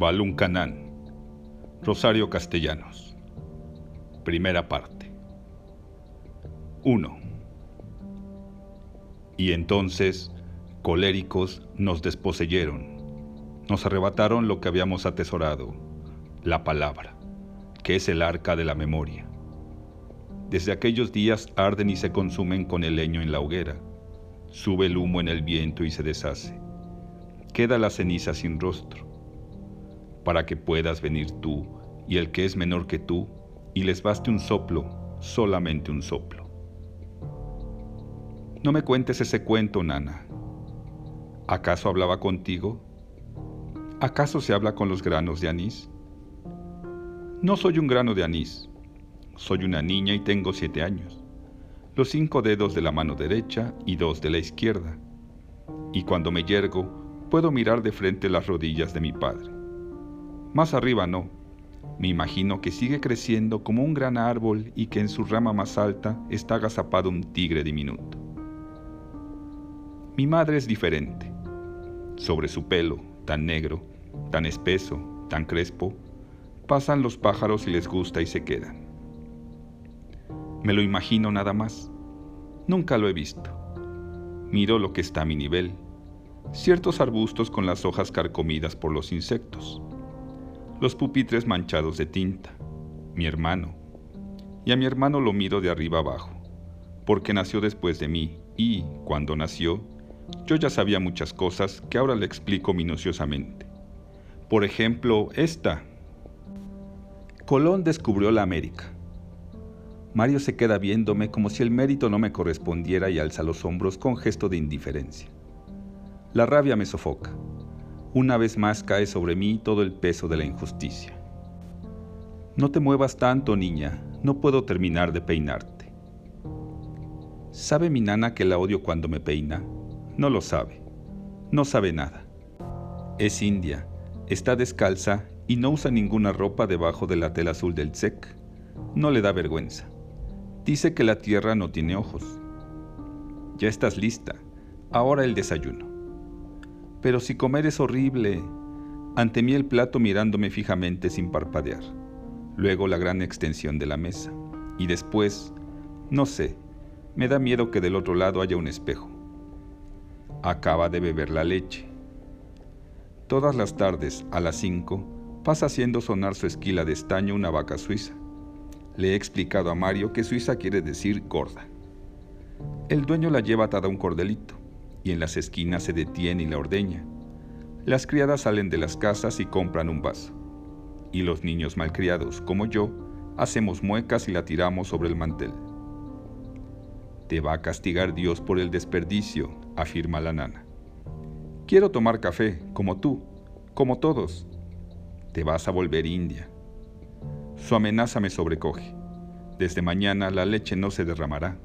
Baluncanán, Rosario Castellanos. Primera parte. 1. Y entonces, coléricos, nos desposeyeron, nos arrebataron lo que habíamos atesorado, la palabra, que es el arca de la memoria. Desde aquellos días arden y se consumen con el leño en la hoguera, sube el humo en el viento y se deshace, queda la ceniza sin rostro, para que puedas venir tú y el que es menor que tú, y les baste un soplo, solamente un soplo. No me cuentes ese cuento, nana. ¿Acaso hablaba contigo? ¿Acaso se habla con los granos de anís? No soy un grano de anís. Soy una niña y tengo 7 años. Los 5 dedos de la mano derecha y 2 de la izquierda. Y cuando me yergo, puedo mirar de frente las rodillas de mi padre. Más arriba no. Me imagino que sigue creciendo como un gran árbol y que en su rama más alta está agazapado un tigre diminuto. Mi madre es diferente. Sobre su pelo, tan negro, tan espeso, tan crespo, pasan los pájaros y les gusta y se quedan. Me lo imagino nada más. Nunca lo he visto. Miro lo que está a mi nivel. Ciertos arbustos con las hojas carcomidas por los insectos. Los pupitres manchados de tinta, mi hermano, y a mi hermano lo miro de arriba abajo, porque nació después de mí y, cuando nació, yo ya sabía muchas cosas que ahora le explico minuciosamente. Por ejemplo, esta. Colón descubrió la América. Mario se queda viéndome como si el mérito no me correspondiera y alza los hombros con gesto de indiferencia. La rabia me sofoca. Una vez más cae sobre mí todo el peso de la injusticia. No te muevas tanto, niña, no puedo terminar de peinarte. ¿Sabe mi nana que la odio cuando me peina? No lo sabe. No sabe nada. Es india, está descalza y no usa ninguna ropa debajo de la tela azul del tzec. No le da vergüenza. Dice que la tierra no tiene ojos. Ya estás lista. Ahora el desayuno. Pero si comer es horrible. Ante mí el plato mirándome fijamente sin parpadear. Luego la gran extensión de la mesa. Y después, no sé, me da miedo que del otro lado haya un espejo. Acaba de beber la leche. Todas las tardes, a las 5, pasa haciendo sonar su esquila de estaño una vaca suiza. Le he explicado a Mario que suiza quiere decir gorda. El dueño la lleva atada a un cordelito, y en las esquinas se detiene y la ordeña. Las criadas salen de las casas y compran un vaso. Y los niños malcriados, como yo, hacemos muecas y la tiramos sobre el mantel. Te va a castigar Dios por el desperdicio, afirma la nana. Quiero tomar café, como tú, como todos. Te vas a volver india. Su amenaza me sobrecoge. Desde mañana la leche no se derramará.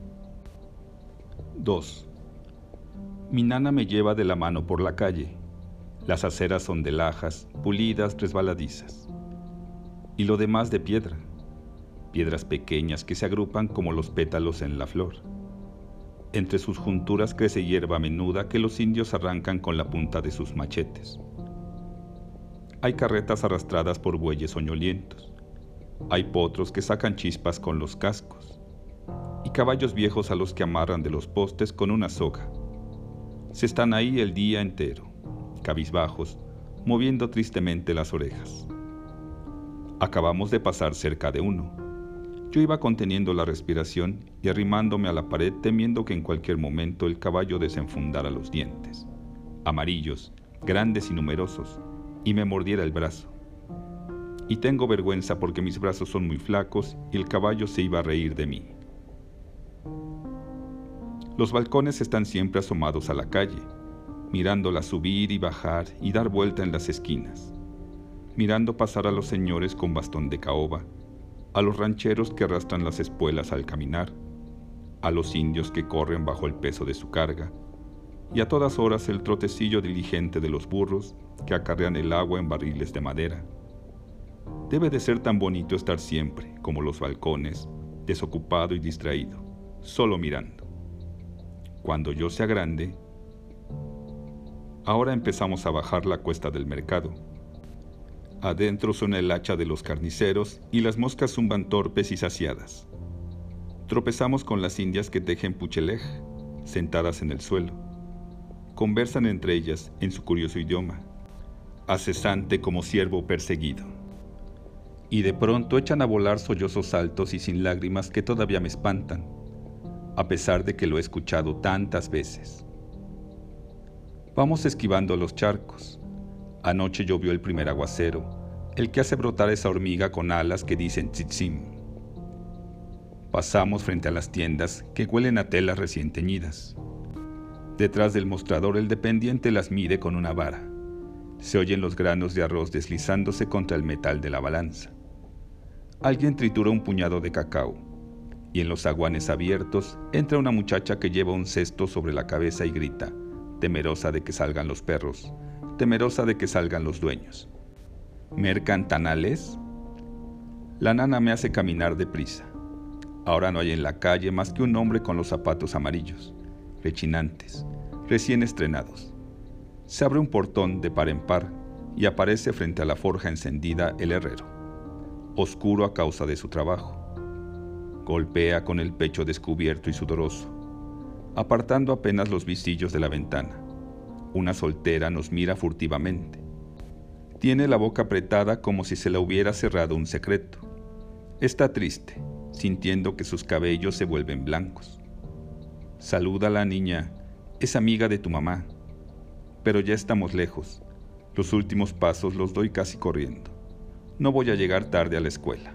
2. Mi nana me lleva de la mano por la calle. Las aceras son de lajas, pulidas, resbaladizas. Y lo demás de piedra. Piedras pequeñas que se agrupan como los pétalos en la flor. Entre sus junturas crece hierba menuda que los indios arrancan con la punta de sus machetes. Hay carretas arrastradas por bueyes soñolientos. Hay potros que sacan chispas con los cascos. Y caballos viejos a los que amarran de los postes con una soga. Se están ahí el día entero, cabizbajos, moviendo tristemente las orejas. Acabamos de pasar cerca de uno. Yo iba conteniendo la respiración y arrimándome a la pared temiendo que en cualquier momento el caballo desenfundara los dientes, amarillos, grandes y numerosos, y me mordiera el brazo. Y tengo vergüenza porque mis brazos son muy flacos y el caballo se iba a reír de mí. Los balcones están siempre asomados a la calle, mirándola subir y bajar y dar vuelta en las esquinas, mirando pasar a los señores con bastón de caoba, a los rancheros que arrastran las espuelas al caminar, a los indios que corren bajo el peso de su carga, y a todas horas el trotecillo diligente de los burros que acarrean el agua en barriles de madera. Debe de ser tan bonito estar siempre, como los balcones, desocupado y distraído, solo mirando. Cuando yo sea grande. Ahora empezamos a bajar la cuesta del mercado. Adentro suena el hacha de los carniceros y las moscas zumban torpes y saciadas. Tropezamos con las indias que tejen puchelej, sentadas en el suelo. Conversan entre ellas en su curioso idioma, acesante como ciervo perseguido. Y de pronto echan a volar sollozos altos y sin lágrimas que todavía me espantan, a pesar de que lo he escuchado tantas veces. Vamos esquivando los charcos. Anoche llovió el primer aguacero, el que hace brotar esa hormiga con alas que dicen tzitzim. Pasamos frente a las tiendas que huelen a telas recién teñidas. Detrás del mostrador el dependiente las mide con una vara. Se oyen los granos de arroz deslizándose contra el metal de la balanza. Alguien tritura un puñado de cacao, y en los zaguanes abiertos entra una muchacha que lleva un cesto sobre la cabeza y grita, temerosa de que salgan los perros, temerosa de que salgan los dueños. ¿Mercantanales? La nana me hace caminar deprisa. Ahora no hay en la calle más que un hombre con los zapatos amarillos, rechinantes, recién estrenados. Se abre un portón de par en par y aparece frente a la forja encendida el herrero, oscuro a causa de su trabajo. Golpea con el pecho descubierto y sudoroso, apartando apenas los visillos de la ventana. Una soltera nos mira furtivamente. Tiene la boca apretada como si se la hubiera cerrado un secreto. Está triste, sintiendo que sus cabellos se vuelven blancos. Saluda a la niña, es amiga de tu mamá. Pero ya estamos lejos. Los últimos pasos los doy casi corriendo. No voy a llegar tarde a la escuela.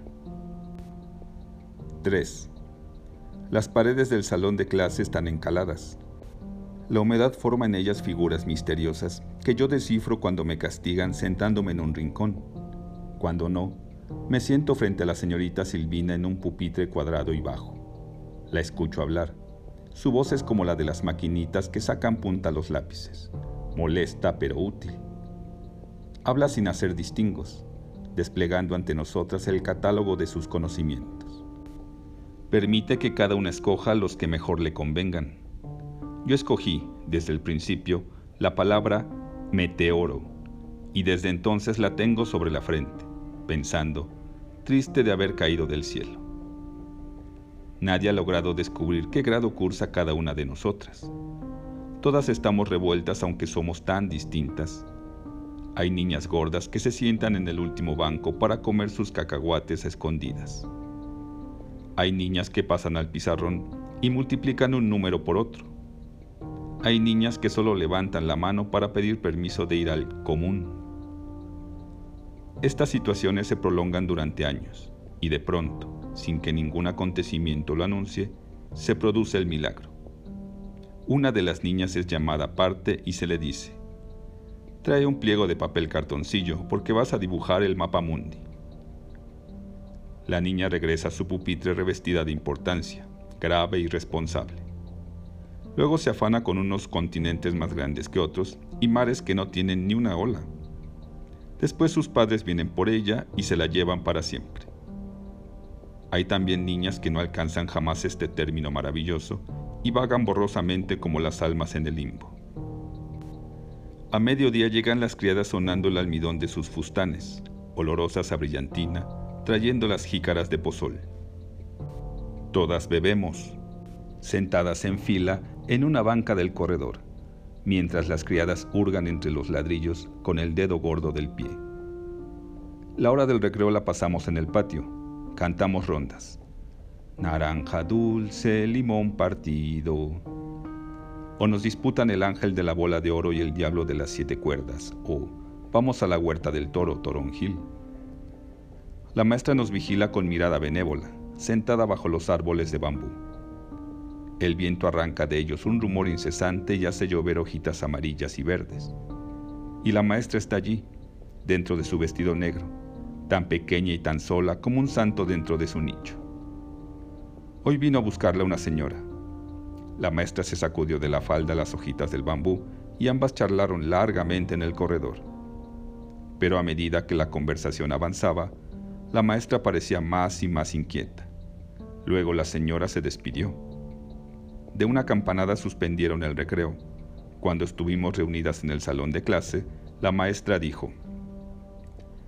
3. Las paredes del salón de clase están encaladas. La humedad forma en ellas figuras misteriosas que yo descifro cuando me castigan sentándome en un rincón. Cuando no, me siento frente a la señorita Silvina en un pupitre cuadrado y bajo. La escucho hablar. Su voz es como la de las maquinitas que sacan punta a los lápices. Molesta pero útil. Habla sin hacer distingos, desplegando ante nosotras el catálogo de sus conocimientos. Permite que cada una escoja los que mejor le convengan. Yo escogí, desde el principio, la palabra meteoro, y desde entonces la tengo sobre la frente, pensando, triste de haber caído del cielo. Nadie ha logrado descubrir qué grado cursa cada una de nosotras. Todas estamos revueltas aunque somos tan distintas. Hay niñas gordas que se sientan en el último banco para comer sus cacahuates a escondidas. Hay niñas que pasan al pizarrón y multiplican un número por otro. Hay niñas que solo levantan la mano para pedir permiso de ir al común. Estas situaciones se prolongan durante años y de pronto, sin que ningún acontecimiento lo anuncie, se produce el milagro. Una de las niñas es llamada aparte y se le dice: trae un pliego de papel cartoncillo porque vas a dibujar el mapa mundi. La niña regresa a su pupitre revestida de importancia, grave y responsable. Luego se afana con unos continentes más grandes que otros y mares que no tienen ni una ola. Después sus padres vienen por ella y se la llevan para siempre. Hay también niñas que no alcanzan jamás este término maravilloso y vagan borrosamente como las almas en el limbo. A mediodía llegan las criadas sonando el almidón de sus fustanes, olorosas a brillantina, trayendo las jícaras de pozol. Todas bebemos, sentadas en fila en una banca del corredor, mientras las criadas hurgan entre los ladrillos con el dedo gordo del pie. La hora del recreo la pasamos en el patio, cantamos rondas. Naranja dulce, limón partido. O nos disputan el ángel de la bola de oro y el diablo de las 7 cuerdas, o vamos a la huerta del toro, Toronjil. La maestra nos vigila con mirada benévola, sentada bajo los árboles de bambú. El viento arranca de ellos un rumor incesante y hace llover hojitas amarillas y verdes. Y la maestra está allí, dentro de su vestido negro, tan pequeña y tan sola como un santo dentro de su nicho. Hoy vino a buscarla una señora. La maestra se sacudió de la falda las hojitas del bambú y ambas charlaron largamente en el corredor. Pero a medida que la conversación avanzaba, la maestra parecía más y más inquieta. Luego la señora se despidió. De una campanada suspendieron el recreo. Cuando estuvimos reunidas en el salón de clase, la maestra dijo: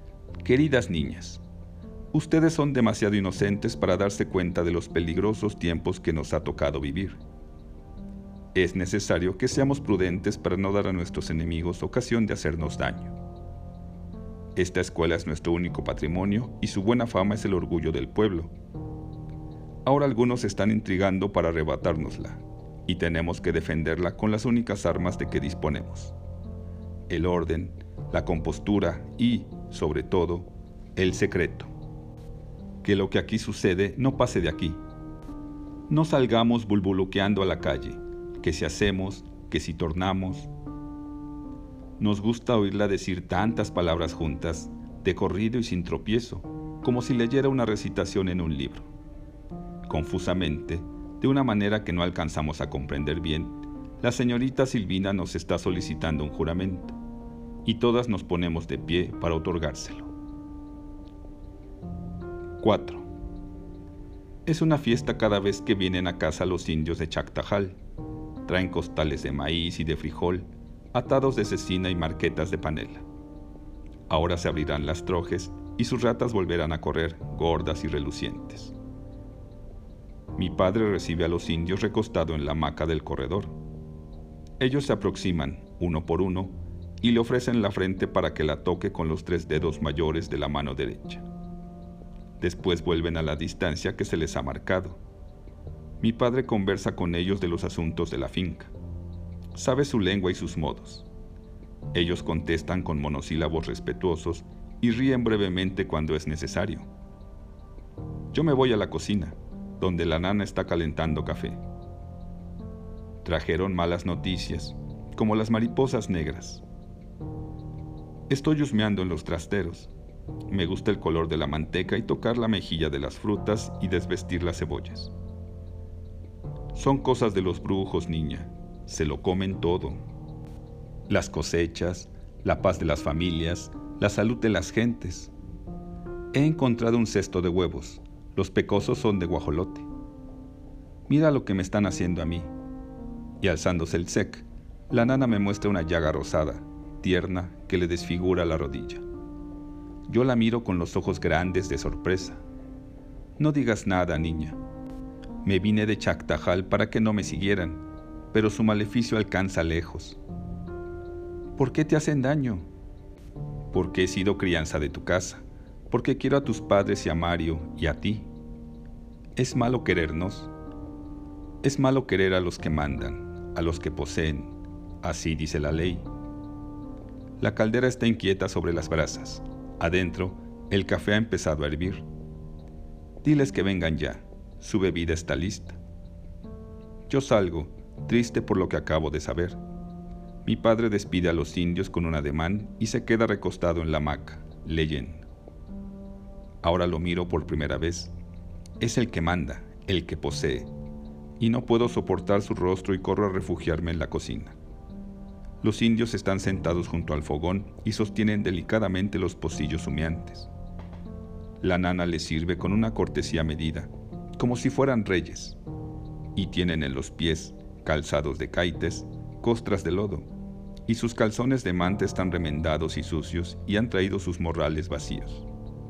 Queridas niñas, ustedes son demasiado inocentes para darse cuenta de los peligrosos tiempos que nos ha tocado vivir. Es necesario que seamos prudentes para no dar a nuestros enemigos ocasión de hacernos daño. Esta escuela es nuestro único patrimonio y su buena fama es el orgullo del pueblo. Ahora algunos están intrigando para arrebatárnosla, y tenemos que defenderla con las únicas armas de que disponemos: el orden, la compostura y, sobre todo, el secreto. Que lo que aquí sucede no pase de aquí. No salgamos bulbuluqueando a la calle, que si hacemos, que si tornamos. Nos gusta oírla decir tantas palabras juntas, de corrido y sin tropiezo, como si leyera una recitación en un libro. Confusamente, de una manera que no alcanzamos a comprender bien, la señorita Silvina nos está solicitando un juramento, y todas nos ponemos de pie para otorgárselo. 4. Es una fiesta cada vez que vienen a casa los indios de Chactajal. Traen costales de maíz y de frijol, atados de cecina y marquetas de panela. Ahora se abrirán las trojes y sus ratas volverán a correr, gordas y relucientes. Mi padre recibe a los indios recostado en la hamaca del corredor. Ellos se aproximan, uno por uno, y le ofrecen la frente para que la toque con los 3 dedos mayores de la mano derecha. Después vuelven a la distancia que se les ha marcado. Mi padre conversa con ellos de los asuntos de la finca. Sabe su lengua y sus modos. Ellos contestan con monosílabos respetuosos y ríen brevemente cuando es necesario. Yo me voy a la cocina, donde la nana está calentando café. Trajeron malas noticias, como las mariposas negras. Estoy husmeando en los trasteros. Me gusta el color de la manteca y tocar la mejilla de las frutas y desvestir las cebollas. Son cosas de los brujos, niña. Se lo comen todo. Las cosechas, la paz de las familias, la salud de las gentes. He encontrado un cesto de huevos. Los pecosos son de guajolote. Mira lo que me están haciendo a mí. Y alzándose el sec, la nana me muestra una llaga rosada, tierna, que le desfigura la rodilla. Yo la miro con los ojos grandes de sorpresa. No digas nada, niña. Me vine de Chactajal para que no me siguieran, pero su maleficio alcanza lejos. ¿Por qué te hacen daño? Porque he sido crianza de tu casa, porque quiero a tus padres y a Mario y a ti. ¿Es malo querernos? Es malo querer a los que mandan, a los que poseen. Así dice la ley. La caldera está inquieta sobre las brasas. Adentro, el café ha empezado a hervir. Diles que vengan ya. Su bebida está lista. Yo salgo, triste por lo que acabo de saber. Mi padre despide a los indios con un ademán y se queda recostado en la hamaca, leyendo. Ahora lo miro por primera vez. Es el que manda, el que posee, y no puedo soportar su rostro y corro a refugiarme en la cocina. Los indios están sentados junto al fogón y sostienen delicadamente los pocillos humeantes. La nana les sirve con una cortesía medida, como si fueran reyes, y tienen en los pies, calzados de caites, costras de lodo, y sus calzones de manta están remendados y sucios y han traído sus morrales vacíos.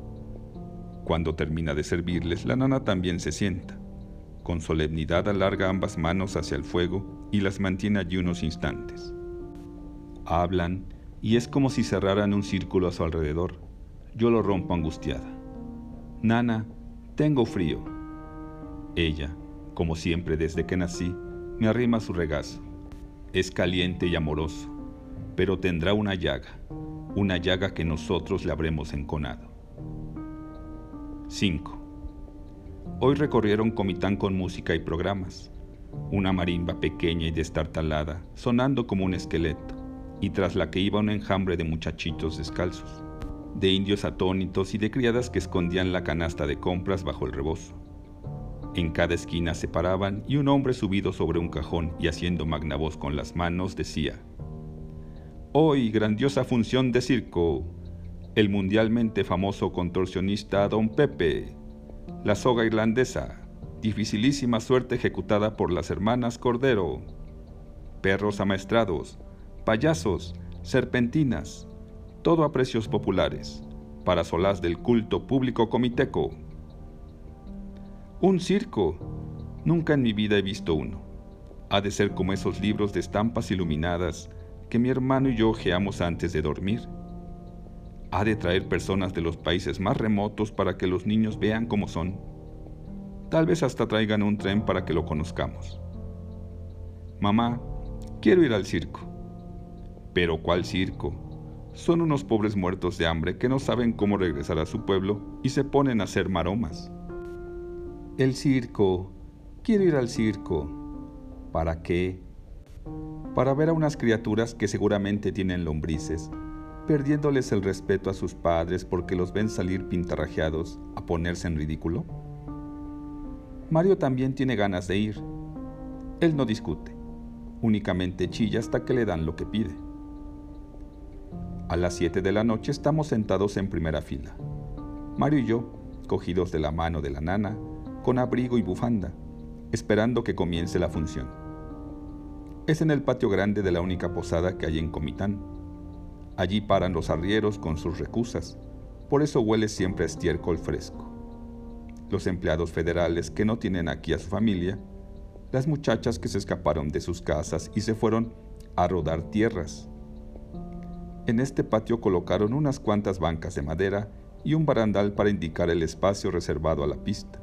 Cuando termina de servirles, la nana también se sienta. Con solemnidad alarga ambas manos hacia el fuego y las mantiene allí unos instantes. Hablan y es como si cerraran un círculo a su alrededor. Yo lo rompo angustiada. Nana, tengo frío. Ella, como siempre desde que nací, me arrima su regazo. Es caliente y amoroso, pero tendrá una llaga que nosotros le habremos enconado. 5. Hoy recorrieron Comitán con música y programas. Una marimba pequeña y destartalada, sonando como un esqueleto, y tras la que iba un enjambre de muchachitos descalzos, de indios atónitos y de criadas que escondían la canasta de compras bajo el rebozo. En cada esquina se paraban y un hombre subido sobre un cajón y haciendo magna voz con las manos decía: «Hoy, grandiosa función de circo, el mundialmente famoso contorsionista Don Pepe, la soga irlandesa, dificilísima suerte ejecutada por las hermanas Cordero, perros amaestrados, payasos, serpentinas, todo a precios populares, para solaz del culto público comiteco. Un circo. Nunca en mi vida he visto uno. Ha de ser como esos libros de estampas iluminadas que mi hermano y yo hojeamos antes de dormir. Ha de traer personas de los países más remotos para que los niños vean cómo son. Tal vez hasta traigan un tren para que lo conozcamos. Mamá, quiero ir al circo. ¿Pero cuál circo? Son unos pobres muertos de hambre que no saben cómo regresar a su pueblo y se ponen a hacer maromas. El circo. Quiero ir al circo. ¿Para qué? Para ver a unas criaturas que seguramente tienen lombrices, perdiéndoles el respeto a sus padres porque los ven salir pintarrajeados a ponerse en ridículo. Mario también tiene ganas de ir. Él no discute, únicamente chilla hasta que le dan lo que pide. A las 7 de la noche estamos sentados en primera fila. Mario y yo, cogidos de la mano de la nana, con abrigo y bufanda, esperando que comience la función. Es en el patio grande de la única posada que hay en Comitán. Allí paran los arrieros con sus recusas, por eso huele siempre a estiércol fresco. Los empleados federales que no tienen aquí a su familia, las muchachas que se escaparon de sus casas y se fueron a rodar tierras. En este patio colocaron unas cuantas bancas de madera y un barandal para indicar el espacio reservado a la pista.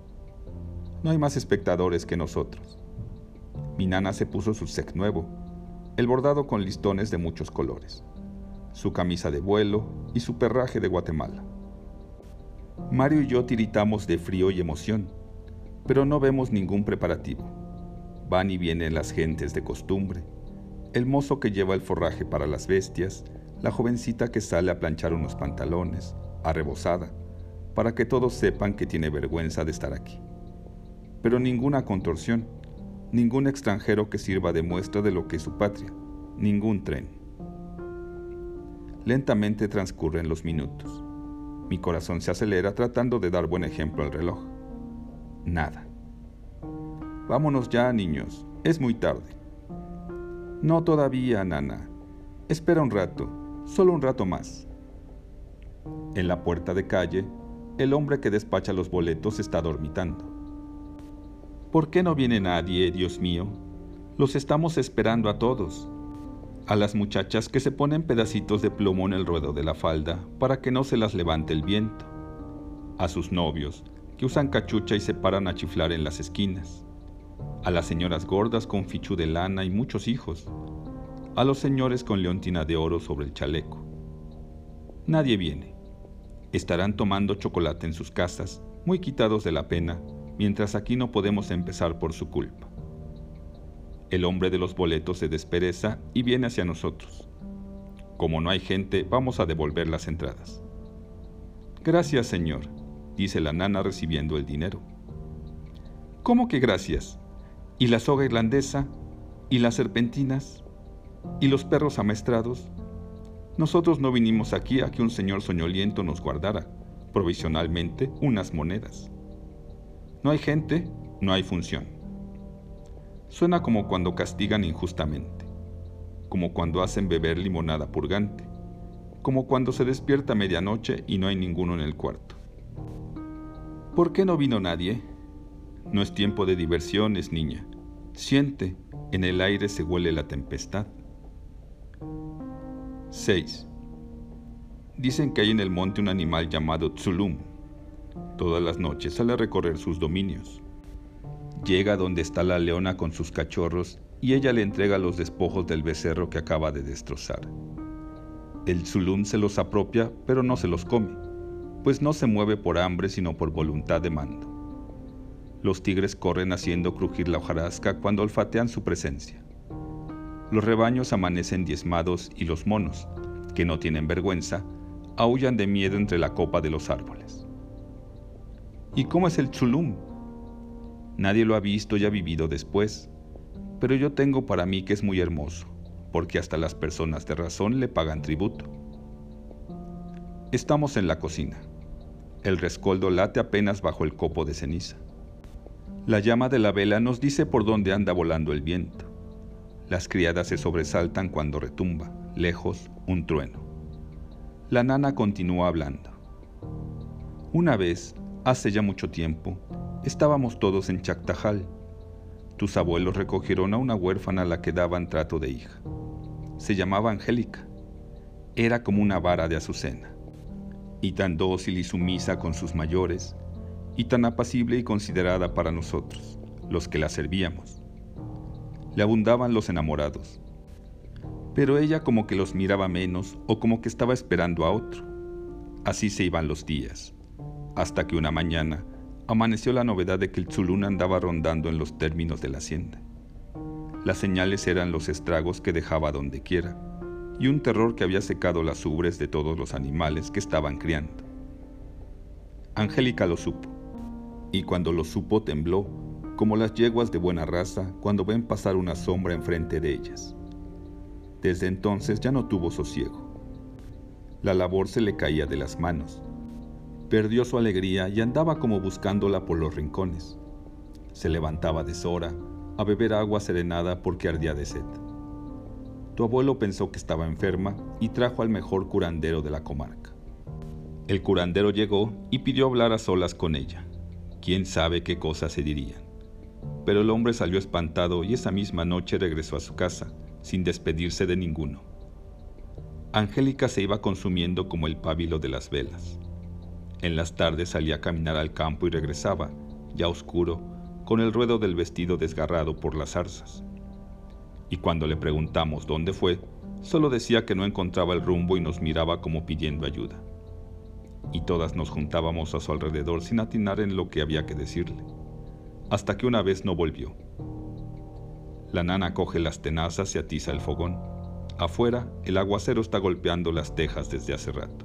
No hay más espectadores que nosotros. Mi nana se puso su sec nuevo, el bordado con listones de muchos colores, su camisa de vuelo y su perraje de Guatemala. Mario y yo tiritamos de frío y emoción, pero no vemos ningún preparativo. Van y vienen las gentes de costumbre, el mozo que lleva el forraje para las bestias, la jovencita que sale a planchar unos pantalones, arrebozada, para que todos sepan que tiene vergüenza de estar aquí. Pero ninguna contorsión, ningún extranjero que sirva de muestra de lo que es su patria, ningún tren. Lentamente transcurren los minutos. Mi corazón se acelera tratando de dar buen ejemplo al reloj. Nada. Vámonos ya, niños, es muy tarde. No todavía, nana. Espera un rato, solo un rato más. En la puerta de calle, el hombre que despacha los boletos está dormitando. ¿Por qué no viene nadie, Dios mío? Los estamos esperando a todos. A las muchachas que se ponen pedacitos de plomo en el ruedo de la falda para que no se las levante el viento. A sus novios, que usan cachucha y se paran a chiflar en las esquinas. A las señoras gordas con fichú de lana y muchos hijos. A los señores con leontina de oro sobre el chaleco. Nadie viene. Estarán tomando chocolate en sus casas, muy quitados de la pena, mientras aquí no podemos empezar por su culpa. El hombre de los boletos se despereza y viene hacia nosotros. Como no hay gente, vamos a devolver las entradas. Gracias, señor, dice la nana recibiendo el dinero. ¿Cómo que gracias? ¿Y la soga irlandesa? ¿Y las serpentinas? ¿Y los perros amaestrados? Nosotros no vinimos aquí a que un señor soñoliento nos guardara, provisionalmente, unas monedas. No hay gente, no hay función. Suena como cuando castigan injustamente, como cuando hacen beber limonada purgante, como cuando se despierta a medianoche y no hay ninguno en el cuarto. ¿Por qué no vino nadie? No es tiempo de diversiones, niña. Siente, en el aire se huele la tempestad. 6. Dicen que hay en el monte un animal llamado Tzulum. Todas las noches sale a recorrer sus dominios. Llega donde está la leona con sus cachorros y ella le entrega los despojos del becerro que acaba de destrozar. El Tzulum se los apropia, pero no se los come, pues no se mueve por hambre sino por voluntad de mando. Los tigres corren haciendo crujir la hojarasca cuando olfatean su presencia. Los rebaños amanecen diezmados y los monos, que no tienen vergüenza, aúllan de miedo entre la copa de los árboles. ¿Y cómo es el Tzulum? Nadie lo ha visto y ha vivido después, pero yo tengo para mí que es muy hermoso, porque hasta las personas de razón le pagan tributo. Estamos en la cocina. El rescoldo late apenas bajo el copo de ceniza. La llama de la vela nos dice por dónde anda volando el viento. Las criadas se sobresaltan cuando retumba, lejos, un trueno. La nana continúa hablando. Una vez, hace ya mucho tiempo, estábamos todos en Chactajal. Tus abuelos recogieron a una huérfana a la que daban trato de hija. Se llamaba Angélica. Era como una vara de azucena, y tan dócil y sumisa con sus mayores, y tan apacible y considerada para nosotros, los que la servíamos. Le abundaban los enamorados, pero ella como que los miraba menos o como que estaba esperando a otro. Así se iban los días, hasta que una mañana amaneció la novedad de que el tzulún andaba rondando en los términos de la hacienda. Las señales eran los estragos que dejaba donde quiera, y un terror que había secado las ubres de todos los animales que estaban criando. Angélica lo supo, y cuando lo supo tembló, como las yeguas de buena raza cuando ven pasar una sombra enfrente de ellas. Desde entonces ya no tuvo sosiego. La labor se le caía de las manos. Perdió su alegría y andaba como buscándola por los rincones. Se levantaba a deshora a beber agua serenada porque ardía de sed. Tu abuelo pensó que estaba enferma y trajo al mejor curandero de la comarca. El curandero llegó y pidió hablar a solas con ella. Quién sabe qué cosas se dirían. Pero el hombre salió espantado y esa misma noche regresó a su casa, sin despedirse de ninguno. Angélica se iba consumiendo como el pábilo de las velas. En las tardes salía a caminar al campo y regresaba, ya oscuro, con el ruedo del vestido desgarrado por las zarzas. Y cuando le preguntamos dónde fue, solo decía que no encontraba el rumbo y nos miraba como pidiendo ayuda. Y todas nos juntábamos a su alrededor sin atinar en lo que había que decirle, hasta que una vez no volvió. La nana coge las tenazas y atiza el fogón. Afuera, el aguacero está golpeando las tejas desde hace rato.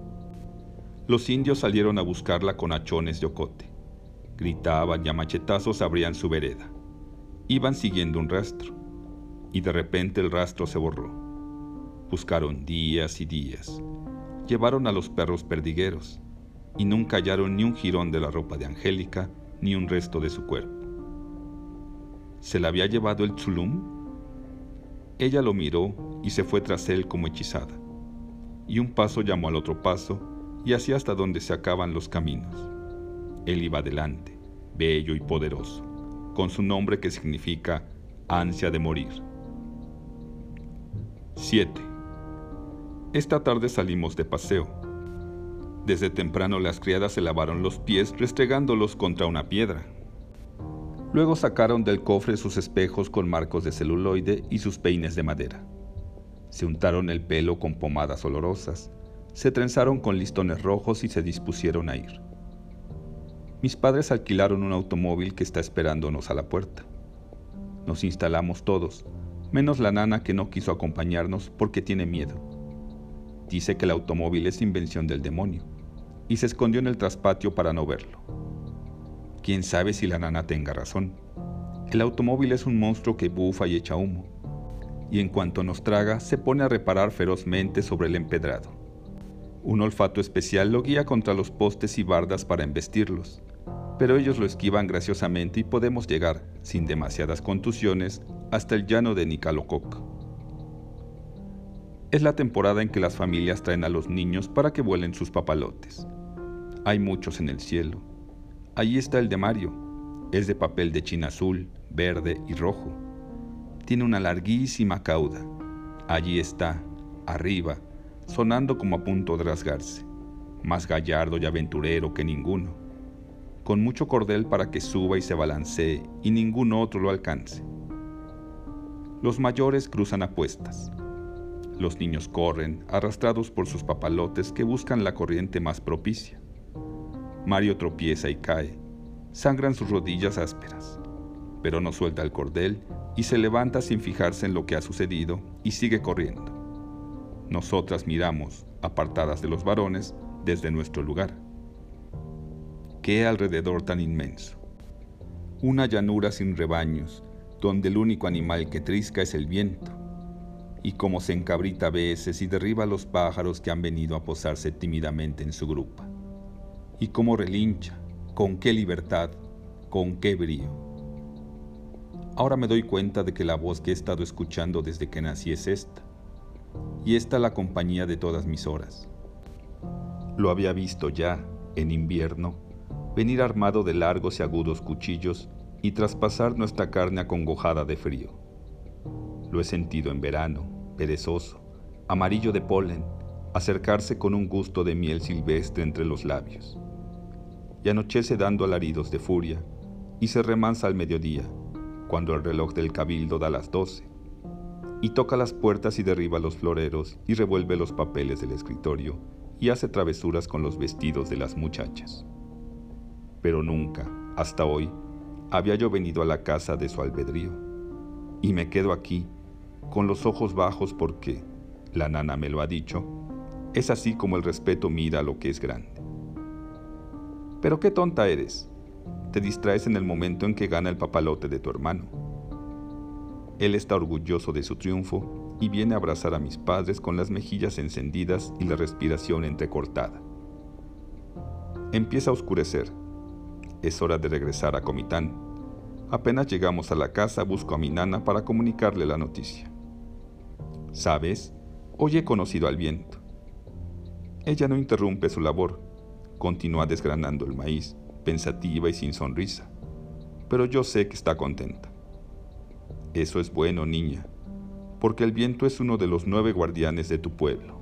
Los indios salieron a buscarla con hachones de ocote. Gritaban y a machetazos abrían su vereda. Iban siguiendo un rastro, y de repente el rastro se borró. Buscaron días y días. Llevaron a los perros perdigueros, y nunca hallaron ni un jirón de la ropa de Angélica, ni un resto de su cuerpo. ¿Se la había llevado el tzulún? Ella lo miró y se fue tras él como hechizada, y un paso llamó al otro paso, y así hasta donde se acaban los caminos. Él iba adelante, bello y poderoso, con su nombre que significa ansia de morir. 7. Esta tarde salimos de paseo. Desde temprano las criadas se lavaron los pies restregándolos contra una piedra. Luego sacaron del cofre sus espejos con marcos de celuloide y sus peines de madera. Se untaron el pelo con pomadas olorosas, se trenzaron con listones rojos y se dispusieron a ir. Mis padres alquilaron un automóvil que está esperándonos a la puerta. Nos instalamos todos, menos la nana que no quiso acompañarnos porque tiene miedo. Dice que el automóvil es invención del demonio, y se escondió en el traspatio para no verlo. Quién sabe si la nana tenga razón. El automóvil es un monstruo que bufa y echa humo, y en cuanto nos traga se pone a reparar ferozmente sobre el empedrado. Un olfato especial lo guía contra los postes y bardas para embestirlos, pero ellos lo esquivan graciosamente y podemos llegar, sin demasiadas contusiones, hasta el llano de Nicalococ. Es la temporada en que las familias traen a los niños para que vuelen sus papalotes. Hay muchos en el cielo. Allí está el de Mario. Es de papel de china azul, verde y rojo. Tiene una larguísima cauda. Allí está, arriba, sonando como a punto de rasgarse, más gallardo y aventurero que ninguno, con mucho cordel para que suba y se balancee y ningún otro lo alcance. Los mayores cruzan apuestas. Los niños corren, arrastrados por sus papalotes que buscan la corriente más propicia. Mario tropieza y cae, sangran sus rodillas ásperas, pero no suelta el cordel y se levanta sin fijarse en lo que ha sucedido y sigue corriendo. Nosotras miramos, apartadas de los varones, desde nuestro lugar. ¡Qué alrededor tan inmenso! Una llanura sin rebaños, donde el único animal que trisca es el viento, y cómo se encabrita a veces y derriba a los pájaros que han venido a posarse tímidamente en su grupa. Y cómo relincha, con qué libertad, con qué brío. Ahora me doy cuenta de que la voz que he estado escuchando desde que nací es esta, y esta la compañía de todas mis horas. Lo había visto ya, en invierno, venir armado de largos y agudos cuchillos y traspasar nuestra carne acongojada de frío. Lo he sentido en verano, perezoso, amarillo de polen, acercarse con un gusto de miel silvestre entre los labios. Y anochece dando alaridos de furia y se remansa al mediodía, cuando el reloj del cabildo da las 12, y toca las puertas y derriba los floreros y revuelve los papeles del escritorio y hace travesuras con los vestidos de las muchachas. Pero nunca, hasta hoy, había yo venido a la casa de su albedrío, y me quedo aquí, con los ojos bajos porque, la nana me lo ha dicho, es así como el respeto mira lo que es grande. Pero qué tonta eres, te distraes en el momento en que gana el papalote de tu hermano. Él está orgulloso de su triunfo y viene a abrazar a mis padres con las mejillas encendidas y la respiración entrecortada. Empieza a oscurecer. Es hora de regresar a Comitán. Apenas llegamos a la casa, busco a mi nana para comunicarle la noticia. ¿Sabes? Hoy he conocido al viento. Ella no interrumpe su labor. Continúa desgranando el maíz, pensativa y sin sonrisa. Pero yo sé que está contenta. Eso es bueno, niña, porque el viento es uno de los 9 guardianes de tu pueblo.